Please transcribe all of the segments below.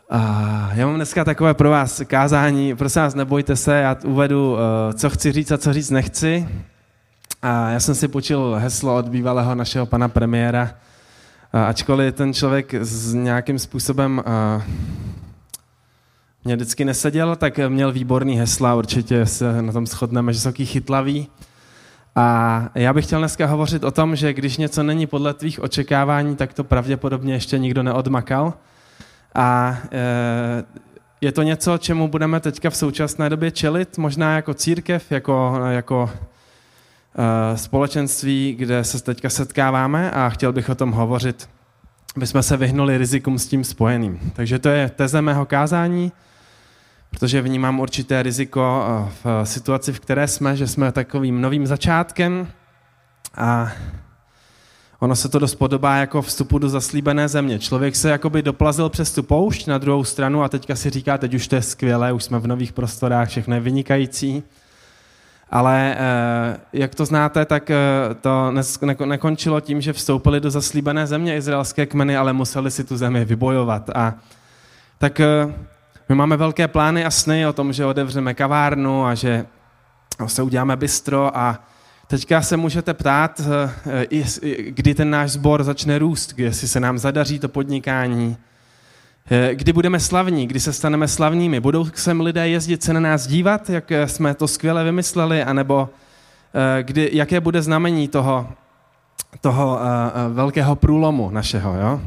Já mám dneska takové pro vás kázání, prosím vás, nebojte se, já uvedu, co chci říct a co říct nechci. Já jsem si počil heslo od bývalého našeho pana premiéra, ačkoliv ten člověk s nějakým způsobem mě vždycky neseděl, tak měl výborný hesla, určitě se na tom shodneme, že jsou taky chytlavý. A já bych chtěl dneska hovořit o tom, že když něco není podle tvých očekávání, tak to pravděpodobně ještě nikdo neodmakal. A je to něco, čemu budeme teďka v současné době čelit, možná jako církev, jako společenství, kde se teďka setkáváme, a chtěl bych o tom hovořit, aby jsme se vyhnuli rizikům s tím spojeným. Takže to je teze mého kázání, protože vnímám určité riziko v situaci, v které jsme, že jsme takovým novým začátkem a ono se to dost podobá jako vstupu do zaslíbené země. Člověk se jakoby doplazil přes tu poušť na druhou stranu a teďka si říká, teď už to je skvělé, už jsme v nových prostorách, všechno je vynikající. Ale jak to znáte, tak to nekončilo tím, že vstoupili do zaslíbené země izraelské kmeny, ale museli si tu zemi vybojovat. A tak my máme velké plány a sny o tom, že otevřeme kavárnu a že se uděláme bistro, a teďka se můžete ptát, kdy ten náš sbor začne růst, jestli se nám zadaří to podnikání, kdy budeme slavní, kdy se staneme slavnými. Budou sem lidé jezdit se na nás dívat, jak jsme to skvěle vymysleli, anebo jaké bude znamení toho velkého průlomu našeho. Jo?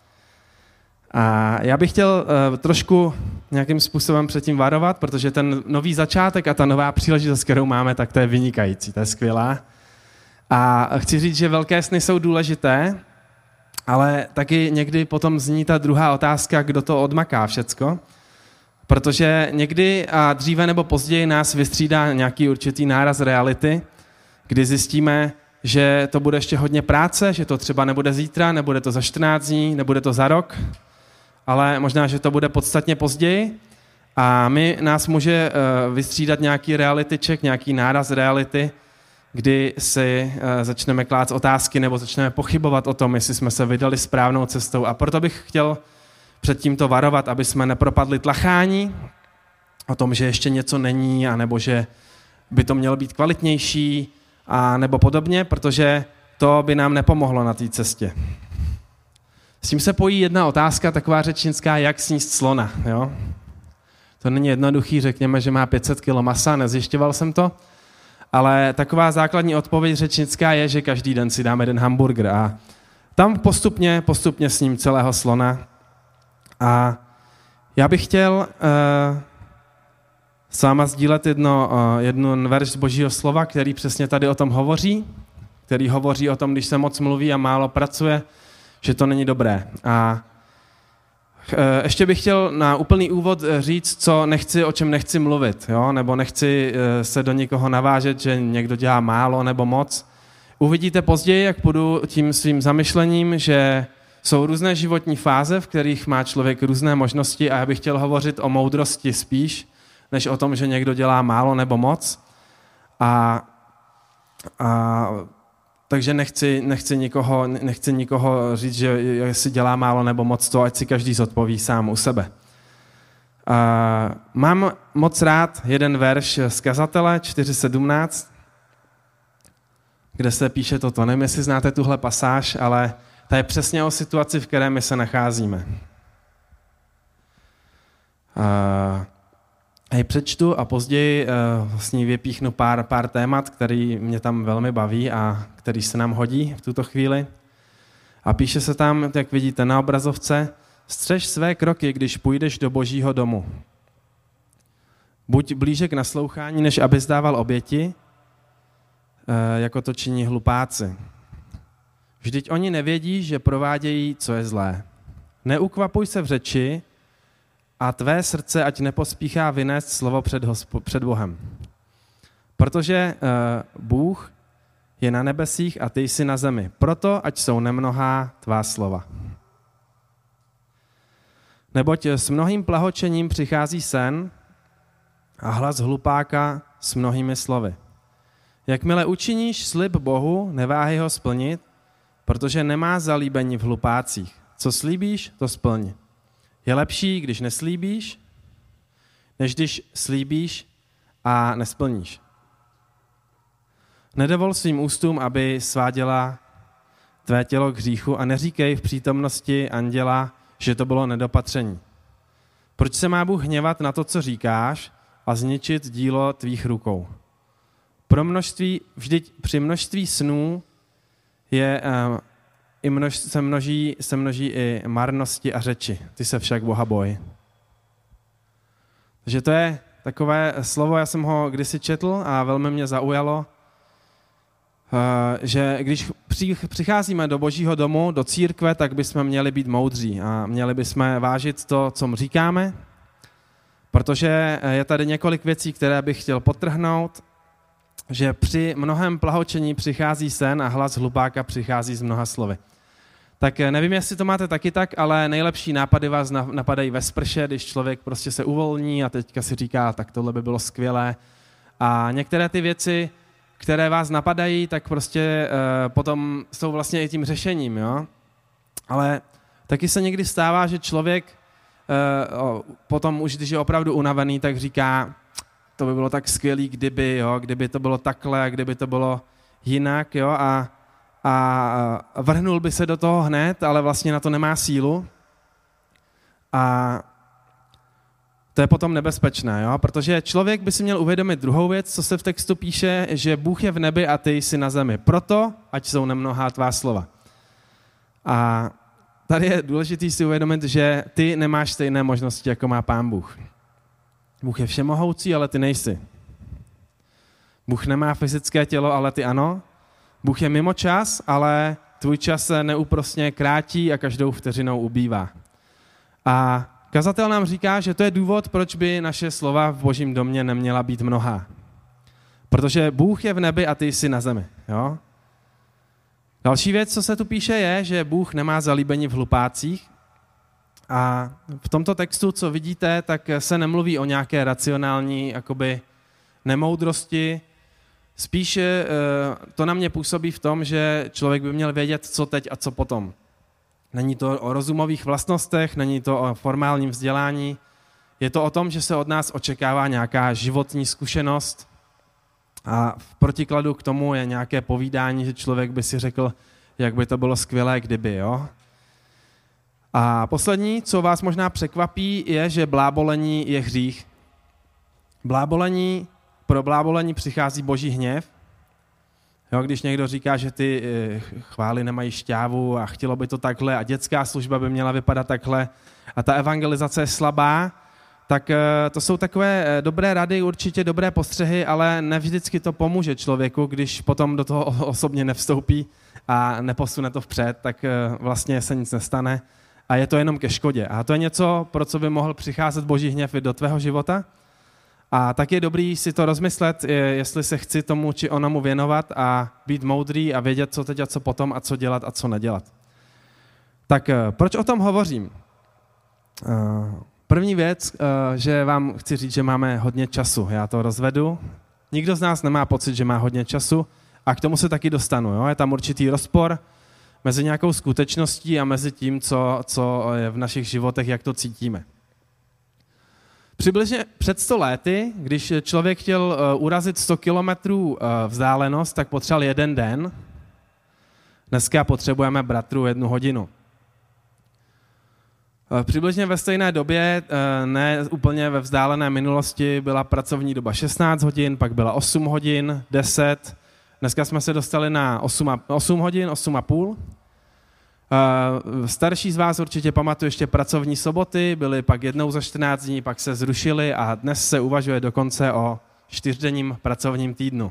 A já bych chtěl trošku nějakým způsobem předtím varovat, protože ten nový začátek a ta nová příležitost, kterou máme, tak to je vynikající, to je skvělá. A chci říct, že velké sny jsou důležité, ale taky někdy potom zní ta druhá otázka, kdo to odmaká všecko. Protože někdy a dříve nebo později nás vystřídá nějaký určitý náraz reality, kdy zjistíme, že to bude ještě hodně práce, že to třeba nebude zítra, nebude to za 14 dní, nebude to za rok, ale možná, že to bude podstatně později. A nás může vystřídat nějaký reality check, nějaký náraz reality, kdy si začneme klást otázky nebo začneme pochybovat o tom, jestli jsme se vydali správnou cestou. A proto bych chtěl před tímto varovat, aby jsme nepropadli tlachání o tom, že ještě něco není, anebo že by to mělo být kvalitnější, a nebo podobně, protože to by nám nepomohlo na té cestě. S tím se pojí jedna otázka, taková řečnická, jak sníst slona. Jo? To není jednoduchý, řekněme, že má 500 kg masa, nezjišťoval jsem to, ale taková základní odpověď řečnická je, že každý den si dáme jeden hamburger a tam postupně s ním celého slona. A já bych chtěl s váma sdílet jednu verš z Božího slova, který přesně tady o tom hovoří, který hovoří o tom, když se moc mluví a málo pracuje, že to není dobré. A ještě bych chtěl na úplný úvod říct, o čem nechci mluvit, jo? Nebo nechci se do nikoho navážet, že někdo dělá málo nebo moc. Uvidíte později, jak půjdu tím svým zamyšlením, že jsou různé životní fáze, v kterých má člověk různé možnosti, a já bych chtěl hovořit o moudrosti spíš, než o tom, že někdo dělá málo nebo moc. Takže nechci nikoho říct, že jestli dělá málo nebo moc, to ať si každý zodpoví sám u sebe. Mám moc rád jeden verš z Kazatele 4.17, kde se píše toto. Nevím, jestli znáte tuhle pasáž, ale ta je přesně o situaci, v které my se nacházíme. Já ji přečtu a později s ní vypíchnu pár témat, který mě tam velmi baví a který se nám hodí v tuto chvíli. A píše se tam, jak vidíte na obrazovce, střež své kroky, když půjdeš do Božího domu. Buď blíže k naslouchání, než abys dával oběti, jako to činí hlupáci. Vždyť oni nevědí, že provádějí, co je zlé. Neukvapuj se v řeči, a tvé srdce ať nepospíchá vynést slovo před Bohem. Protože Bůh je na nebesích a ty jsi na zemi. Proto ať jsou nemnohá tvá slova. Neboť s mnohým plahočením přichází sen a hlas hlupáka s mnohými slovy. Jakmile učiníš slib Bohu, neváhej ho splnit, protože nemá zalíbení v hlupácích. Co slíbíš, to splň. Je lepší, když neslíbíš, než když slíbíš a nesplníš. Nedovol svým ústům, aby sváděla tvé tělo k hříchu a neříkej v přítomnosti anděla, že to bylo nedopatření. Proč se má Bůh hněvat na to, co říkáš a zničit dílo tvých rukou? Vždyť při množství snů se množí i marnosti a řeči. Ty se však Boha boj. Takže to je takové slovo, já jsem ho kdysi četl a velmi mě zaujalo, že když přicházíme do Božího domu, do církve, tak bychom měli být moudří a měli bychom vážit to, co mu říkáme, protože je tady několik věcí, které bych chtěl podtrhnout, že při mnohém plahočení přichází sen a hlas hlupáka přichází z mnoha slovy. Tak nevím, jestli to máte taky tak, ale nejlepší nápady vás napadají ve sprše, když člověk prostě se uvolní a teďka si říká, tak tohle by bylo skvělé. A některé ty věci, které vás napadají, tak prostě potom jsou vlastně i tím řešením, jo? Ale taky se někdy stává, že člověk potom už, když je opravdu unavený, tak říká, to by bylo tak skvělý, kdyby to bylo takhle, kdyby to bylo jinak, jo? A vrhnul by se do toho hned, ale vlastně na to nemá sílu. A to je potom nebezpečné, jo? Protože člověk by si měl uvědomit druhou věc, co se v textu píše, že Bůh je v nebi a ty jsi na zemi. Proto, ať jsou nemnohá tvá slova. A tady je důležité si uvědomit, že ty nemáš stejné možnosti, jako má Pán Bůh. Bůh je všemohoucí, ale ty nejsi. Bůh nemá fyzické tělo, ale ty ano. Bůh je mimo čas, ale tvůj čas se neúprosně krátí a každou vteřinou ubývá. A kazatel nám říká, že to je důvod, proč by naše slova v Božím domě neměla být mnohá. Protože Bůh je v nebi a ty jsi na zemi. Jo? Další věc, co se tu píše, je, že Bůh nemá zalíbení v hlupácích. A v tomto textu, co vidíte, tak se nemluví o nějaké racionální jakoby nemoudrosti. Spíš to na mě působí v tom, že člověk by měl vědět, co teď a co potom. Není to o rozumových vlastnostech, není to o formálním vzdělání. Je to o tom, že se od nás očekává nějaká životní zkušenost a v protikladu k tomu je nějaké povídání, že člověk by si řekl, jak by to bylo skvělé, kdyby, jo. A poslední, co vás možná překvapí, je, že blábolení je hřích. Pro blábolení přichází Boží hněv. Jo, když někdo říká, že ty chvály nemají šťávu a chtělo by to takhle a dětská služba by měla vypadat takhle a ta evangelizace je slabá, tak to jsou takové dobré rady, určitě dobré postřehy, ale nevždycky to pomůže člověku, když potom do toho osobně nevstoupí a neposune to vpřed, tak vlastně se nic nestane a je to jenom ke škodě. A to je něco, pro co by mohl přicházet Boží hněv i do tvého života. A tak je dobrý si to rozmyslet, jestli se chci tomu či onomu věnovat a být moudrý a vědět, co teď a co potom a co dělat a co nedělat. Tak proč o tom hovořím? První věc, že vám chci říct, že máme hodně času. Já to rozvedu. Nikdo z nás nemá pocit, že má hodně času a k tomu se taky dostanu. Jo? Je tam určitý rozpor mezi nějakou skutečností a mezi tím, co je v našich životech, jak to cítíme. Přibližně před 100 lety, když člověk chtěl urazit 100 kilometrů vzdálenost, tak potřeboval 1 den. Dneska potřebujeme bratru 1 hodinu. Přibližně ve stejné době, ne úplně ve vzdálené minulosti, byla pracovní doba 16 hodin, pak byla 8 hodin, 10. Dneska jsme se dostali na 8 hodin, 8,5. Starší z vás určitě pamatují ještě pracovní soboty, byly pak jednou za 14 dní, pak se zrušily a dnes se uvažuje dokonce o 4denním pracovním týdnu.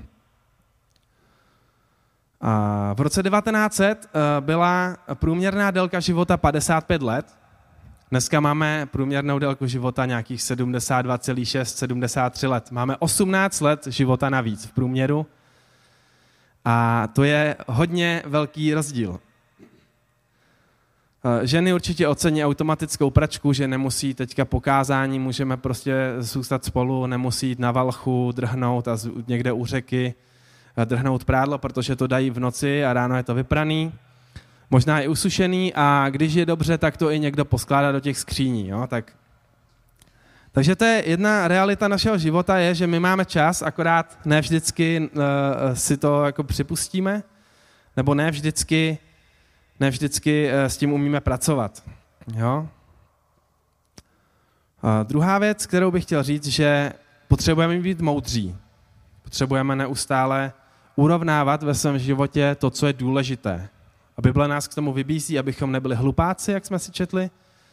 V roce 1900 byla průměrná délka života 55 let. Dneska máme průměrnou délku života nějakých 72,6, 73 let. Máme 18 let života navíc v průměru a to je hodně velký rozdíl. Ženy určitě ocení automatickou pračku, že nemusí teďka po kázání, můžeme prostě zůstat spolu, nemusí jít na valchu, drhnout a někde u řeky drhnout prádlo, protože to dají v noci a ráno je to vypraný. možná i usušený a když je dobře, tak to i někdo poskládá do těch skříní. Jo? Takže to je jedna realita našeho života, je, že my máme čas, akorát ne vždycky si to jako připustíme, nebo ne vždycky s tím umíme pracovat. Jo? A druhá věc, kterou bych chtěl říct, že potřebujeme být moudří. Potřebujeme neustále urovnávat ve svém životě to, co je důležité. A Bible nás k tomu vybízí, abychom nebyli hlupáci, jak jsme si četli.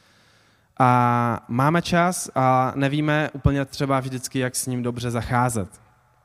A máme čas a nevíme úplně třeba vždycky, jak s ním dobře zacházet.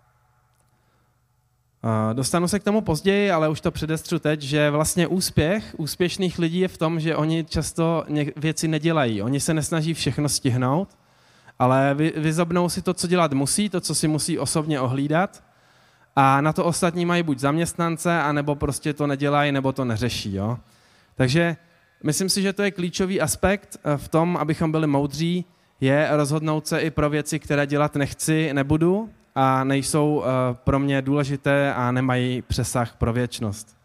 Dostanu se k tomu později, ale už to předestřu teď, že vlastně úspěch úspěšných lidí je v tom, že oni často věci nedělají. Oni se nesnaží všechno stihnout, ale vyzobnou si to, co dělat musí, to, co si musí osobně ohlídat a na to ostatní mají buď zaměstnance, anebo prostě to nedělají, nebo to neřeší. Jo? Takže myslím si, že to je klíčový aspekt v tom, abychom byli moudří, je rozhodnout se i pro věci, které dělat nechci, nebudu a nejsou pro mě důležité a nemají přesah pro věčnost.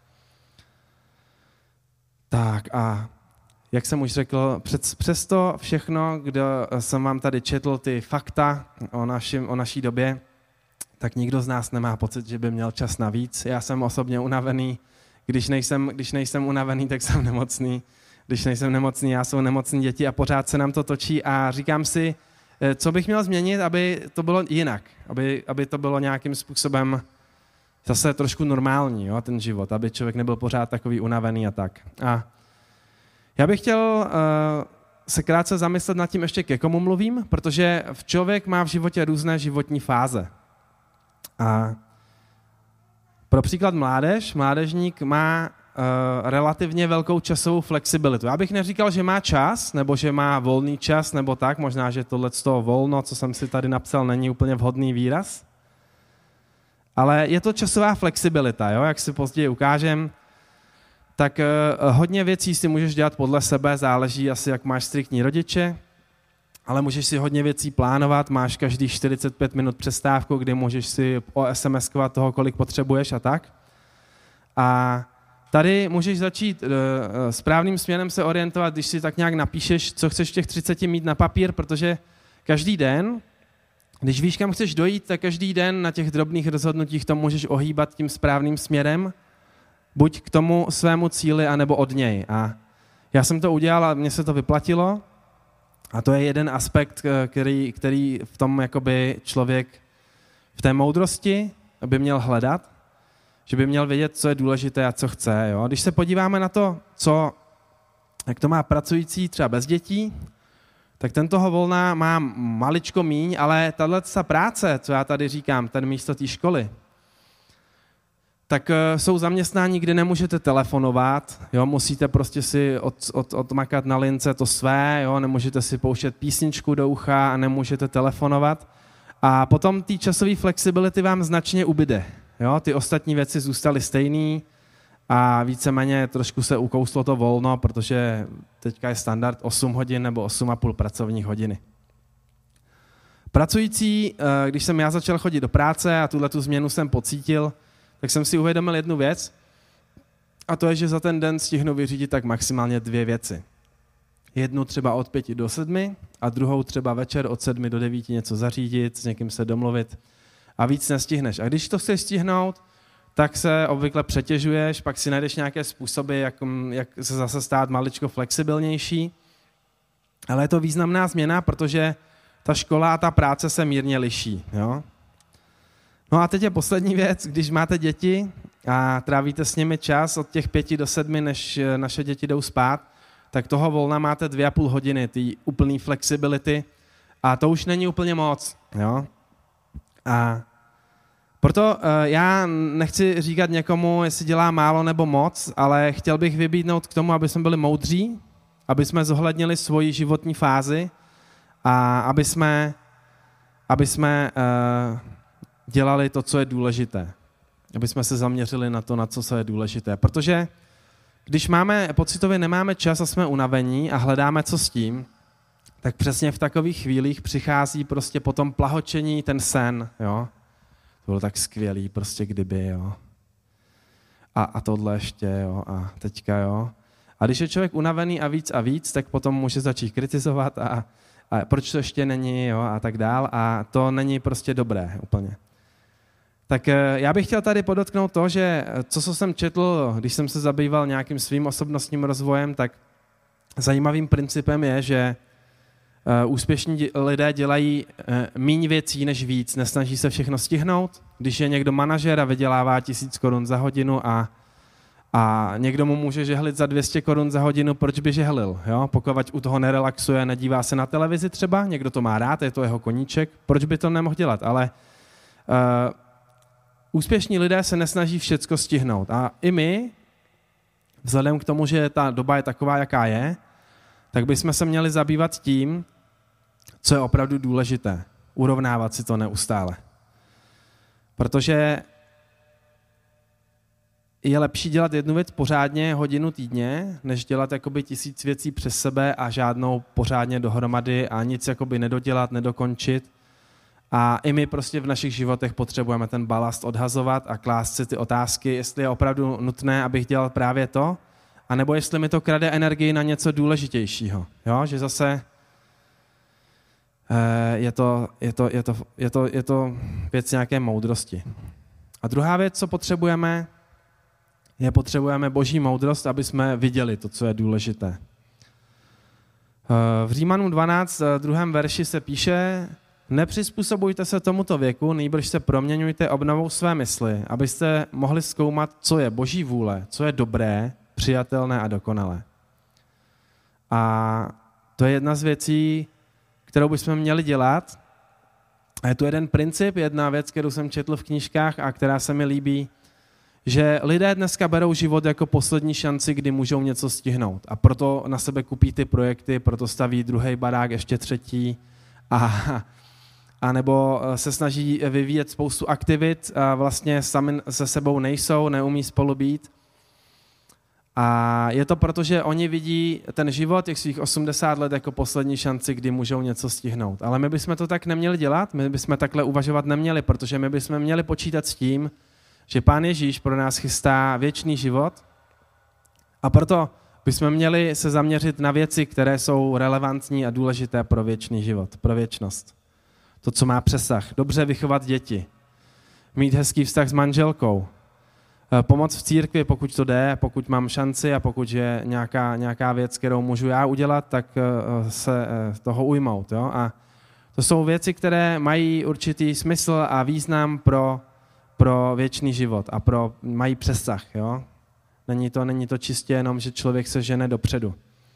Tak a jak jsem už řekl, přesto všechno, kdo jsem vám tady četl ty fakta o naší době, tak nikdo z nás nemá pocit, že by měl čas navíc. Já jsem osobně unavený, když nejsem unavený, tak jsem nemocný. Když nejsem nemocný, já jsou nemocní děti a pořád se nám to točí a říkám si, co bych měl změnit, aby to bylo jinak, aby to bylo nějakým způsobem zase trošku normální, jo, ten život, aby člověk nebyl pořád takový unavený a tak. A já bych chtěl se krátce zamyslet nad tím ještě, ke komu mluvím, protože člověk má v životě různé životní fáze. A pro příklad mládežník má relativně velkou časovou flexibilitu. Já bych neříkal, že má čas, nebo že má volný čas, nebo tak, možná, že tohleto volno, co jsem si tady napsal, není úplně vhodný výraz. Ale je to časová flexibilita, jo? Jak si později ukážem, tak hodně věcí si můžeš dělat podle sebe, záleží asi, jak máš striktní rodiče, ale můžeš si hodně věcí plánovat, máš každý 45 minut přestávku, kdy můžeš si SMS-kovat toho, kolik potřebuješ a tak. A tady můžeš začít správným směrem se orientovat, když si tak nějak napíšeš, co chceš v těch 30 mít na papír, protože každý den, když víš, kam chceš dojít, tak každý den na těch drobných rozhodnutích to můžeš ohýbat tím správným směrem, buď k tomu svému cíli, anebo od něj. A já jsem to udělal a mně se to vyplatilo. A to je jeden aspekt, který v tom jakoby člověk v té moudrosti by měl hledat, že by měl vědět, co je důležité a co chce. Jo? Když se podíváme na to, jak to má pracující třeba bez dětí, tak ten toho volna má maličko míň, ale tato práce, co já tady říkám, ten místo té školy, tak jsou zaměstnání, kde nemůžete telefonovat, jo, musíte prostě si odmakat na lince to své, jo, nemůžete si pouštět písničku do ucha a nemůžete telefonovat. A potom té časové flexibility vám značně ubyde. Jo, ty ostatní věci zůstaly stejný a víceméně trošku se ukouslo to volno, protože teďka je standard 8 hodin nebo 8,5 pracovních hodiny. Pracující, když jsem já začal chodit do práce a tuhletu změnu jsem pocítil, tak jsem si uvědomil jednu věc a to je, že za ten den stihnu vyřídit tak maximálně 2 věci. Jednu třeba od 5 do 7 a druhou třeba večer od 7 do 9 něco zařídit, s někým se domluvit a víc nestihneš. A když to chceš stihnout, tak se obvykle přetěžuješ, pak si najdeš nějaké způsoby, jak se zase stát maličko flexibilnější. Ale je to významná změna, protože ta škola a ta práce se mírně liší. Jo? No a teď je poslední věc, když máte děti a trávíte s nimi čas od těch 5 do 7, než naše děti jdou spát, tak toho volna máte 2,5 hodiny, ty úplný flexibility a to už není úplně moc. Jo? A proto já nechci říkat někomu, jestli dělá málo nebo moc, ale chtěl bych vybídnout k tomu, aby jsme byli moudří, aby jsme zohlednili svoji životní fázi a aby jsme dělali to, co je důležité. Aby jsme se zaměřili na to, na co je důležité. Protože když pocitově nemáme čas a jsme unavení a hledáme, co s tím, tak přesně v takových chvílích přichází prostě po tom plahočení ten sen, jo. To bylo tak skvělý, prostě kdyby, jo. a tohle ještě, jo, a teďka, jo. A když je člověk unavený a víc, tak potom může začít kritizovat a proč to ještě není, jo, a tak dál. A to není prostě dobré úplně. Tak já bych chtěl tady podotknout to, že co jsem četl, když jsem se zabýval nějakým svým osobnostním rozvojem, tak zajímavým principem je, že úspěšní lidé dělají míň věcí než víc, nesnaží se všechno stihnout. Když je někdo manažer a vydělává 1000 korun za hodinu a někdo mu může žehlit za 200 korun za hodinu, proč by žehlil? Jo? Pokud u toho nerelaxuje, nedívá se na televizi třeba, někdo to má rád, je to jeho koníček, proč by to nemohl dělat? Ale úspěšní lidé se nesnaží všecko stihnout. A i my, vzhledem k tomu, že ta doba je taková, jaká je, tak bychom se měli zabývat tím, co je opravdu důležité. Urovnávat si to neustále. Protože je lepší dělat jednu věc pořádně hodinu týdně, než dělat jakoby 1000 věcí přes sebe a žádnou pořádně dohromady a nic jakoby nedodělat, nedokončit. A i my prostě v našich životech potřebujeme ten balast odhazovat a klást si ty otázky, jestli je opravdu nutné, abych dělal právě to, anebo jestli mi to krade energii na něco důležitějšího. Jo? Že zase je to věc nějaké moudrosti. A druhá věc, co potřebujeme boží moudrost, aby jsme viděli to, co je důležité. V Římanům 12, 2. verši se píše: nepřizpůsobujte se tomuto věku, nýbrž se proměňujte obnovou své mysli, abyste mohli zkoumat, co je boží vůle, co je dobré, přijatelné a dokonalé. A to je jedna z věcí, kterou bychom měli dělat. A je tu jeden princip, jedna věc, kterou jsem četl v knížkách a která se mi líbí, že lidé dneska berou život jako poslední šanci, kdy můžou něco stihnout. A proto na sebe kupí ty projekty, proto staví druhý barák, ještě třetí a nebo se snaží vyvíjet spoustu aktivit a vlastně sami se sebou nejsou, neumí spolu být. A je to proto, že oni vidí ten život, těch svých 80 let jako poslední šanci, kdy můžou něco stihnout. Ale my bychom to tak neměli dělat, my bychom takhle uvažovat neměli, protože my bychom měli počítat s tím, že Pán Ježíš pro nás chystá věčný život a proto bychom měli se zaměřit na věci, které jsou relevantní a důležité pro věčný život, pro věčnost. To, co má přesah. Dobře vychovat děti, mít hezký vztah s manželkou, pomoc v církvi, pokud to jde, pokud mám šanci a pokud je nějaká věc, kterou můžu já udělat, tak se toho ujmout. Jo? A to jsou věci, které mají určitý smysl a význam pro věčný život a mají přesah. Jo? Není to čistě jenom, že člověk se žene dopředu.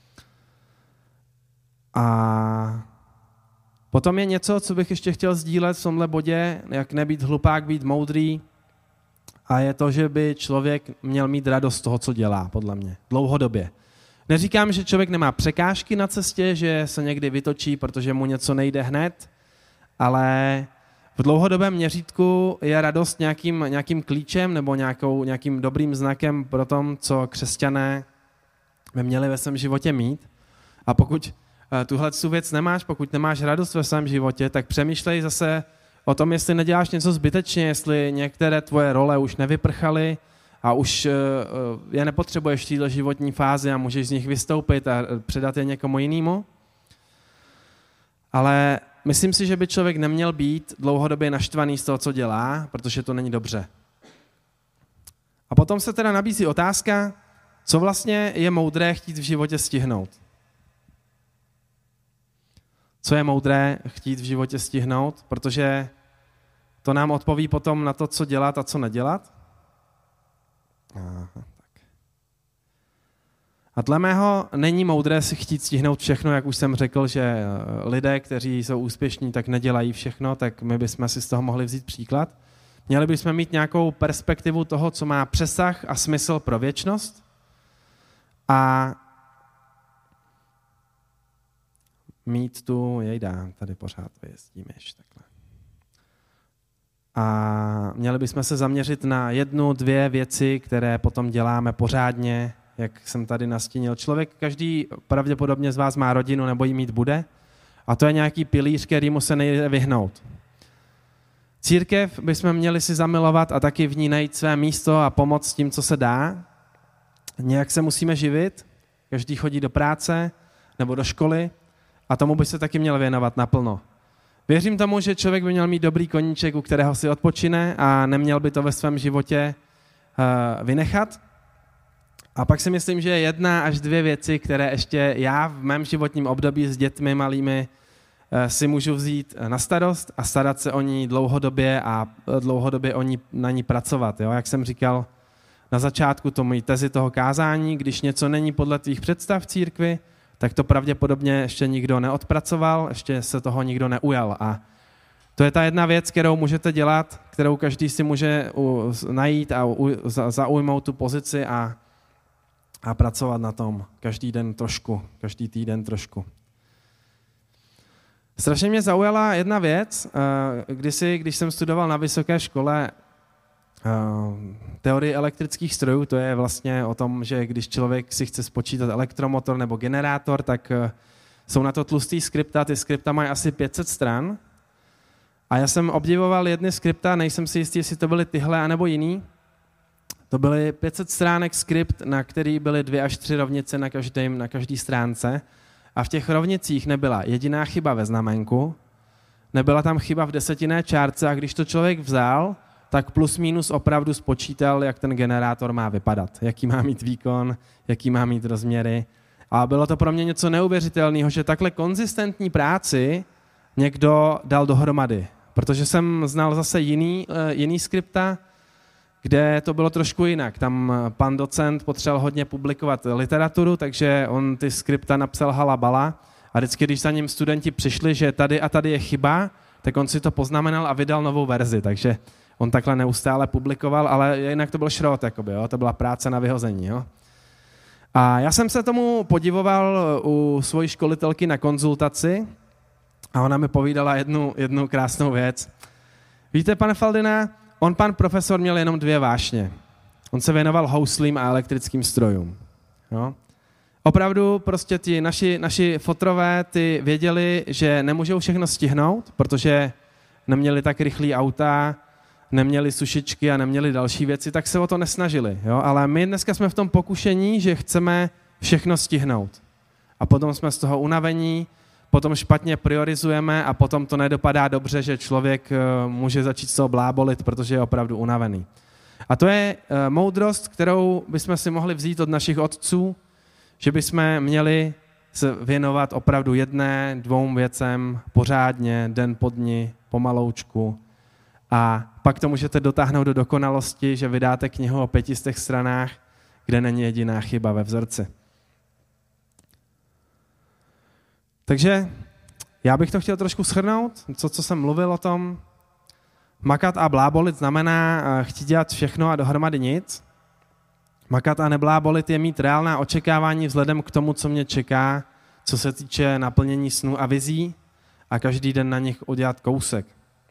A potom je něco, co bych ještě chtěl sdílet v tomhle bodě, jak nebýt hlupák, být moudrý. A je to, že by člověk měl mít radost z toho, co dělá, podle mě. Dlouhodobě. Neříkám, že člověk nemá překážky na cestě, že se někdy vytočí, protože mu něco nejde hned, ale v dlouhodobém měřítku je radost nějakým klíčem nebo nějakým dobrým znakem pro tom, co křesťané by měli ve svém životě mít. A pokud tuhle věc nemáš, pokud nemáš radost ve svém životě, tak přemýšlej zase o tom, jestli neděláš něco zbytečně, jestli některé tvoje role už nevyprchaly a už je nepotřebuješ v této životní fázi a můžeš z nich vystoupit a předat je někomu jinému. Ale myslím si, že by člověk neměl být dlouhodobě naštvaný z toho, co dělá, protože to není dobře. A potom se teda nabízí otázka, co vlastně je moudré chtít v životě stihnout. Co je moudré chtít v životě stihnout, protože to nám odpoví potom na to, co dělat a co nedělat. A dle mého není moudré si chtít stihnout všechno, jak už jsem řekl, že lidé, kteří jsou úspěšní, tak nedělají všechno, tak my bychom si z toho mohli vzít příklad. Měli bychom mít nějakou perspektivu toho, co má přesah a smysl pro věčnost. A mít tu, tady pořád jezdíme ještě takhle. A měli bychom se zaměřit na 1, 2 věci, které potom děláme pořádně, jak jsem tady nastínil. Každý pravděpodobně z vás má rodinu nebo ji mít bude a to je nějaký pilíř, kterýmu se nejde vyhnout. Církev bychom měli si zamilovat a taky v ní najít své místo a pomoct tím, co se dá. Nějak se musíme živit, každý chodí do práce nebo do školy a tomu by se taky měl věnovat naplno. Věřím tomu, že člověk by měl mít dobrý koníček, u kterého si odpočine a neměl by to ve svém životě vynechat. A pak si myslím, že 1 až 2 věci, které ještě já v mém životním období s dětmi malými si můžu vzít na starost a starat se o ní dlouhodobě a dlouhodobě na ní pracovat. Jo? Jak jsem říkal na začátku mojí tezi toho kázání, když něco není podle tvých představ v církvi, tak to pravděpodobně ještě nikdo neodpracoval, ještě se toho nikdo neujal. A to je ta jedna věc, kterou můžete dělat, kterou každý si může najít a zaujmout tu pozici a pracovat na tom každý den trošku, každý týden trošku. Strašně mě zaujala jedna věc, když jsem studoval na vysoké škole teorii elektrických strojů, to je vlastně o tom, že když člověk si chce spočítat elektromotor nebo generátor, tak jsou na to tlustý skripta, ty skripta mají asi 500 stran. A já jsem obdivoval jedny skripta, nejsem si jistý, jestli to byly tyhle anebo jiný. To byly 500 stránek skript, na který byly 2 až 3 rovnice na každé stránce. A v těch rovnicích nebyla jediná chyba ve znamenku, nebyla tam chyba v desetinné čárce a když to člověk vzal, tak plus minus opravdu spočítal, jak ten generátor má vypadat, jaký má mít výkon, jaký má mít rozměry. A bylo to pro mě něco neuvěřitelného, že takhle konzistentní práci někdo dal dohromady. Protože jsem znal zase jiný skripta, kde to bylo trošku jinak. Tam pan docent potřeboval hodně publikovat literaturu, takže on ty skripta napsal halabala a vždycky, když za ním studenti přišli, že tady a tady je chyba, tak on si to poznamenal a vydal novou verzi, takže on takhle neustále publikoval, ale jinak to byl šrot, jakoby, jo? To byla práce na vyhození. Jo? A já jsem se tomu podivoval u svojí školitelky na konzultaci a ona mi povídala jednu krásnou věc. Víte, pane Faldina, pan profesor měl jenom 2 vášně. On se věnoval houslím a elektrickým strojům. Jo? Opravdu prostě ti naši fotrové ty věděli, že nemůžou všechno stihnout, protože neměli tak rychlý auta, neměli sušičky a neměli další věci, tak se o to nesnažili. Jo? Ale my dneska jsme v tom pokušení, že chceme všechno stihnout. A potom jsme z toho unavení, potom špatně priorizujeme a potom to nedopadá dobře, že člověk může začít z toho blábolit, protože je opravdu unavený. A to je moudrost, kterou bychom si mohli vzít od našich otců, že bychom měli se věnovat opravdu 1, 2 věcem pořádně, den po dni, pomaloučku. A pak to můžete dotáhnout do dokonalosti, že vydáte knihu o 500 stranách, kde není jediná chyba ve vzorci. Takže já bych to chtěl trošku shrnout, co jsem mluvil o tom. Makat a blábolit znamená chtít dělat všechno a dohromady nic. Makat a neblábolit je mít reálná očekávání vzhledem k tomu, co mě čeká, co se týče naplnění snů a vizí a každý den na nich udělat kousek.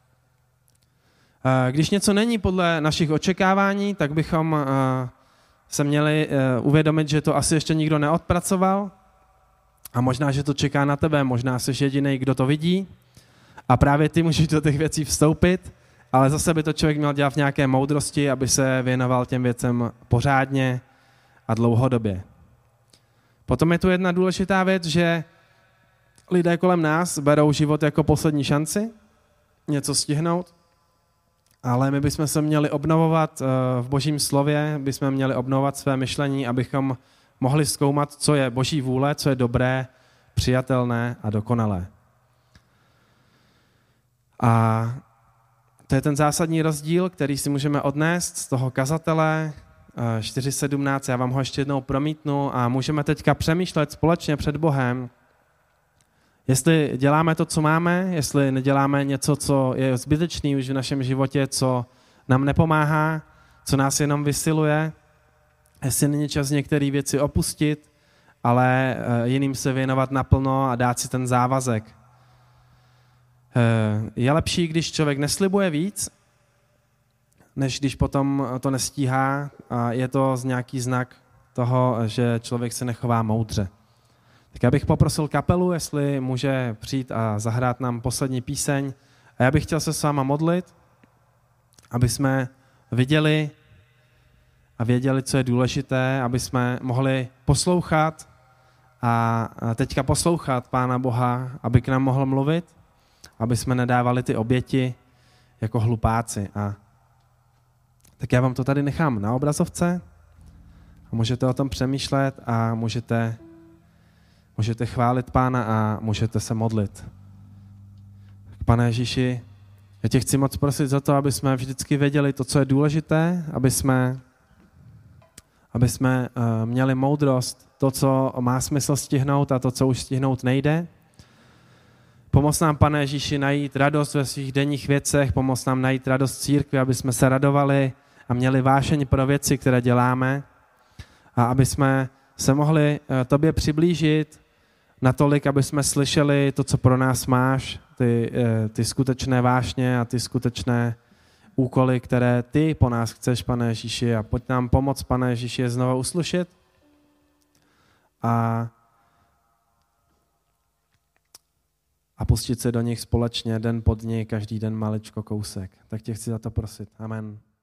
Když něco není podle našich očekávání, tak bychom se měli uvědomit, že to asi ještě nikdo neodpracoval a možná, že to čeká na tebe, možná jsi jedinej, kdo to vidí a právě ty můžeš do těch věcí vstoupit, ale zase by to člověk měl dělat v nějaké moudrosti, aby se věnoval těm věcem pořádně a dlouhodobě. Potom je tu jedna důležitá věc, že lidé kolem nás berou život jako poslední šanci, něco stihnout, ale my bychom se měli obnovovat v Božím slově, bychom měli obnovovat své myšlení, abychom mohli zkoumat, co je Boží vůle, co je dobré, přijatelné a dokonalé. A to je ten zásadní rozdíl, který si můžeme odnést z toho kazatele 4.17. Já vám ho ještě jednou promítnu a můžeme teďka přemýšlet společně před Bohem, jestli děláme to, co máme, jestli neděláme něco, co je zbytečný už v našem životě, co nám nepomáhá, co nás jenom vysiluje, jestli není čas některé věci opustit, ale jiným se věnovat naplno a dát si ten závazek. Je lepší, když člověk neslibuje víc, než když potom to nestíhá a je to nějaký znak toho, že člověk se nechová moudře. Tak já bych poprosil kapelu, jestli může přijít a zahrát nám poslední píseň. A já bych chtěl se s váma modlit. aby jsme viděli a věděli, co je důležité, aby jsme mohli poslouchat a teďka poslouchat Pána Boha, aby k nám mohl mluvit, aby jsme nedávali ty oběti jako hlupáci. A tak já vám to tady nechám na obrazovce a můžete o tom přemýšlet a můžete chválit Pána a můžete se modlit. Pane Ježíši, já tě chci moc prosit za to, aby jsme vždycky věděli to, co je důležité, aby jsme měli moudrost, to, co má smysl stihnout a to, co už stihnout nejde. Pomoz nám, Pane Ježíši, najít radost ve svých denních věcech, pomoz nám najít radost v církvi, aby jsme se radovali a měli vášeň pro věci, které děláme a aby jsme se mohli tobě přiblížit natolik, aby jsme slyšeli to, co pro nás máš, ty skutečné vášně a ty skutečné úkoly, které ty po nás chceš, Pane Ježíši, a pojď nám pomoct, Pane Ježíši, je znovu uslyšet a pustit se do nich společně, den po dni, každý den maličko kousek. Tak tě chci za to prosit. Amen.